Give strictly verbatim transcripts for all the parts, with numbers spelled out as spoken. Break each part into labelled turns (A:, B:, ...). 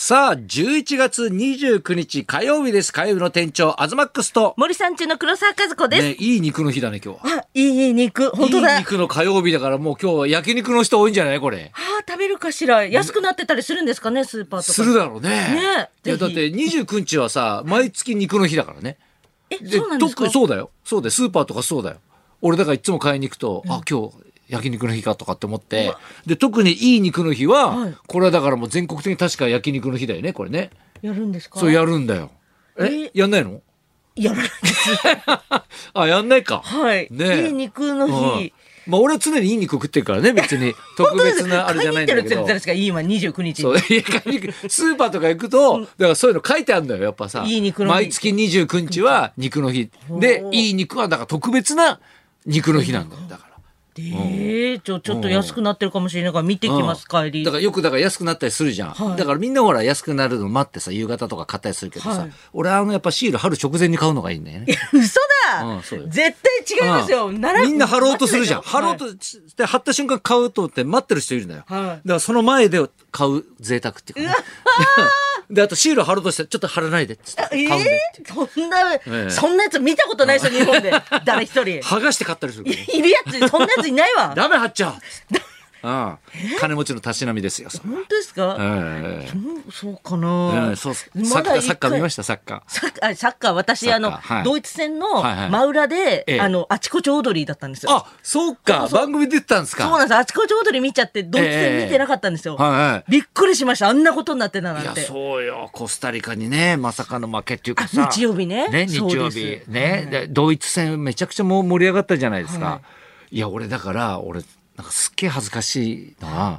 A: さあ、じゅういちがつにじゅうくにち火曜日です。火曜日の店長、アズマックスと。
B: 森さん中の黒沢和子です。
A: ね、いい肉の日だね、今日は。
B: あ、いいいい肉。本当だ。
A: いい肉の火曜日だから、もう今日は焼肉の人多いんじゃないこれ。
B: はあ、食べるかしら。安くなってたりするんですかね、スーパーとか。
A: するだろうね。
B: ね
A: いや、だってにじゅうくにちはさ、毎月肉の日だからね。
B: え、そうなんですか？
A: 特にそうだよ。そうだよ。スーパーとかそうだよ。俺だからいつも買いに行くと、うん、あ、今日、焼肉の日かとかって思って、で特にいい肉の日は、はい、これはだからもう全国的に確か焼肉の日だよねこれね。
B: やるんですか？
A: そうやるんだよ。え、えやんないの？
B: やらないです
A: あ、やんないか。
B: はい、ね、いい肉の日、うん、
A: まあ俺は常にいい肉食ってるからね、別に特別なあれじゃないんだけど。
B: 買いに行ってるって言ったんですか？いい今にじゅうくにち。
A: そう、いやスーパーとか行くと、だからそういうの書いてあるんだよやっぱさ。
B: いい肉の日。
A: 毎月にじゅうくにちは肉の日で、いい肉はだから特別な肉の日なんだよ。だから。
B: えー、ちょちょっと安くなってるかもしれないから見てきます、うん、帰り。
A: だからよくだから安くなったりするじゃん、はい、だからみんなほら安くなるの待ってさ夕方とか買ったりするけどさ、はい、俺はあのやっぱシール貼る直前に買うのがいいんだよね。
B: 嘘だ、
A: うん、そうよ。
B: 絶対違いますよ、うん、
A: みんな貼ろうとするじゃん、貼ろうとして貼った瞬間買うとって待ってる人いるんだよ、はい、だからその前で買う贅沢っていうか、ね、であとシール貼ろうとしてちょっと貼らないでっつって買うんでって、
B: えー、そんな、えー、そんなやつ見たことないですよ日本で誰一人
A: 剥がして買ったりするから、ね、
B: いるやつそんなやついないわ
A: ダメ貼っちゃうああ、金持ちのたしなみですよ。
B: 本当ですか？えー、そ, そうかな、
A: えー、そうサッカーサッカー見ましたサッカー
B: サッカーサッカー私あの、はい、ドイツ戦の真裏で、はいはい、あのあちこちオードリーだったんですよ。
A: あ、そうか、番組出てたんですか？
B: そうなんです。あちこちオードリー見ちゃってドイツ戦見てなかったんですよ、えーはいはい、びっくりしました。あんなことになってたなんて。
A: いやそうよ、コスタリカにねまさかの負けっていうかさ、
B: 日曜日ね
A: ね日曜日ね、はい、ドイツ戦めちゃくちゃもう盛り上がったじゃないですか、はい、いや俺だから俺なんかすっげえ恥ずかしいのは、はい、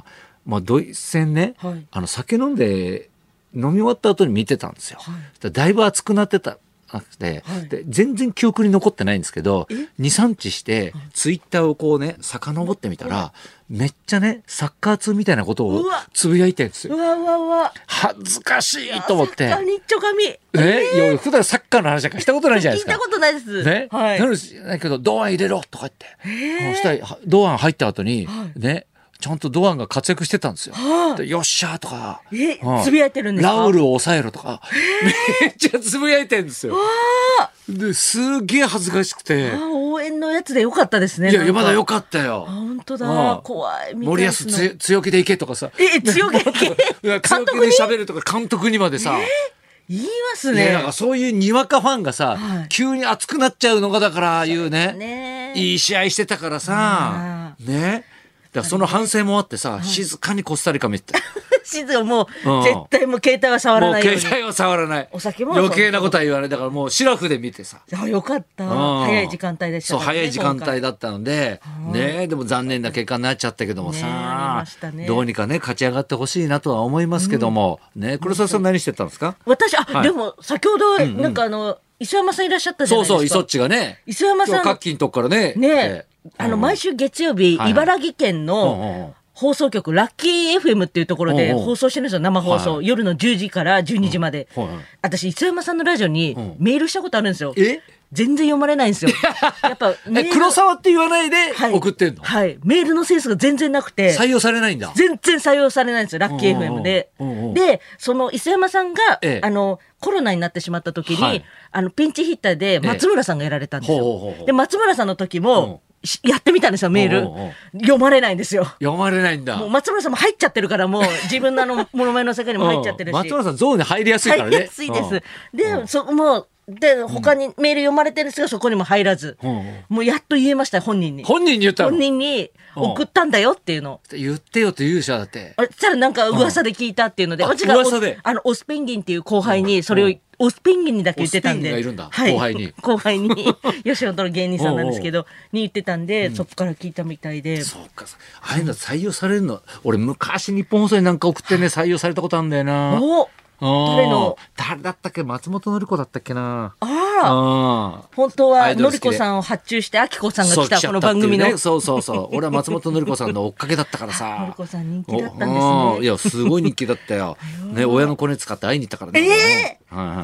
A: まあ、ドイツ戦ね、はい、あの酒飲んで飲み終わった後に見てたんですよ、はい、だいぶ熱くなってたなくて、はい、で全然記憶に残ってないんですけど にさんにちしてツイッターをこうね遡ってみたら、めっちゃねサッカー通みたいなことをつぶやいてるんですよ。
B: うわうわうわ
A: 恥ずかしいと思って。
B: サッカー日丁紙、
A: ね、えー、いや普段サッカーの話なんかしたことないじゃないですか。
B: 聞いたことないです、
A: ね、はい、なのだけど堂安入れろとか言って、えー、そしたら堂安入った後に、はい、ねちゃんと堂安が活躍してたんですよ、はあ、よっしゃーとか、
B: え、うん、つぶやいてるんですか？
A: ラウルを抑えろとか、めっちゃつぶやいてるんですよ。ですげえ恥ずかしくて、
B: あ、応援のやつでよかったですね。
A: いやまだよかったよ。
B: 本当だ、怖い。
A: 森保つ強気でいけとかさ、
B: え強気でいけ
A: 強気で喋るとか監督にまでさ、えー
B: 言いますね。
A: いやなんかそういうにわかファンがさ、はい、急に熱くなっちゃうのがだからいうね、ねいい試合してたからさね、だからその反省もあってさ、はい、静かにコスタリカ見て
B: 静かもう、うん、絶対もう携帯は触らないように。
A: もう携帯は触らない。
B: お酒も
A: 余計なことは言わない。だからもうシラフで見てさ。
B: あ、よかった。早い時間帯でした、
A: ね。そう早い時間帯だったのでね、でも残念な結果になっちゃったけどもさ、ね、どうにかね勝ち上がってほしいなとは思いますけども、うん、ね黒沢さん何してたんですか？
B: 私あ、はい、でも先ほどなんかあの、うんうん、磯山さんいらっしゃったじゃないですか。
A: そうそう、磯っちがね。
B: 磯山さん。
A: カッキーのとこからね。
B: ね、えー、あの毎週月曜日、はい、茨城県の放送局ラッキー エフエム っていうところで放送してるんですよ、生放送、はい、夜のじゅうじからじゅうにじまで、はいはい、私磯山さんのラジオにメールしたことあるんですよ。え全然読まれないんですよ。やっぱ
A: 黒沢って言わないで送ってんの？
B: はい、はい、メールのセンスが全然なくて
A: 採用されないんだ。
B: 全然採用されないんですよラッキー エフエム で。でその磯山さんが、ええ、あのコロナになってしまった時に、はい、あのピンチヒッターで松村さんがやられたんですよ、ええ、ほうほうほう。で松村さんの時も、うん、やってみたんですよメール。おうおう、読まれないんですよ。
A: 読まれないんだ。
B: もう松村さんも入っちゃってるからもう自分のあのモノマネの世界にも入っちゃってるし
A: 松村さんゾーンに入りやすいからね。
B: 入りやすいです。でそもうで他にメール読まれてるんですがそこにも入らず、うん、もうやっと言えました本人に。
A: 本人に言ったの？
B: 本人に送ったんだよっていうの。
A: 言ってよって言うでしょだって。
B: あれしたらなんか噂で聞いたっていうので、うん、私が
A: 噂で
B: あのオスペンギンっていう後輩にそれを、うん、オスペンギンにだけ言ってたんで。
A: オスペンギンがいるんだ、
B: はい、
A: 後輩に
B: 後輩に吉本の芸人さんなんですけどに言ってたんで、うん、そこから聞いたみたいで。
A: そうか、ああいうの採用されるの、俺昔日本放送になんか送ってね採用されたことあるんだよな。お誰の誰だったっけ、松本のり子だったっけな。あ
B: あ、本当はのり子さんを発注してあきこさんが来たこの番組の、
A: ね、そうそうそう俺は松本のり子さんの追っかけだったからさ
B: のり子さん人気だったんですね。
A: いやすごい人気だったよ、ね、親のコネ使って会いに行ったからね。
B: えー
A: はいはい、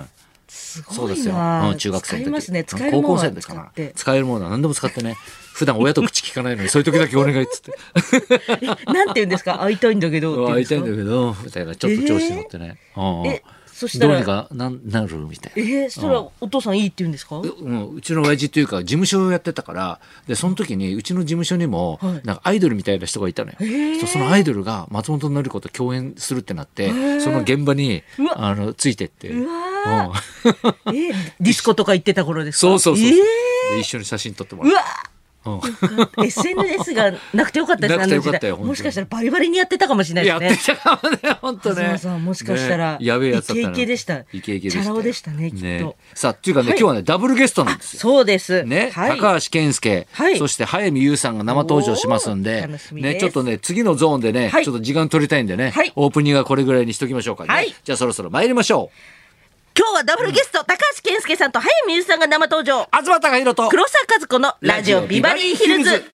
B: すごいな。
A: そうですよ、うん、中学生の時
B: 使いますね。使えるものは
A: 高校生の時かな使えるものは何でも使ってね普段親と口聞かないのにそういう時だけお願いっつって
B: なんて言うんですか、会いたいんだけどって
A: 会いたいんだけどみたいなちょっと調子に乗ってね、えー、
B: えそしたら
A: どうにかななるみたいな。
B: えー、そしたらお父さんいいって言うんですか？
A: う, うん、うちの親父というか事務所をやってたからでその時にうちの事務所にもなんかアイドルみたいな人がいたのよ、はい、そのアイドルが松本紀子と共演するってなってその現場にあのついてってうわ、
B: うん、えディスコとか行ってた頃ですか？
A: そうそうそう、
B: えー、
A: で一緒に写真撮ってもらって。
B: うわうん、エスエヌエス がなくてよかったですね。
A: なくてよかったよ。
B: もしかしたらバリバリにやってたかもしれないですね。
A: やってたかもね、本当ね。
B: さんもしかしたら、
A: ね、やべえやつだった
B: イケイケでした。
A: イケイケでした。
B: チャラ男でしたね、きっと。
A: ね、さあ、っていうかね、はい、今日はね、ダブルゲストなんですよ。
B: そうです。
A: ね、
B: はい、
A: 高橋健介、はい、そして早見優さんが生登場しますんで、ね、ちょっとね、次のゾーンでね、はい、ちょっと時間取りたいんでね、はい、オープニングはこれぐらいにしときましょうかね。はい、じゃあそろそろ参りましょう。
B: 今日はダブルゲスト、うん、高橋健介さんと早見優さんが生登場。
A: 東貴博と
B: 黒沢和子のラジオビバリーヒルズ。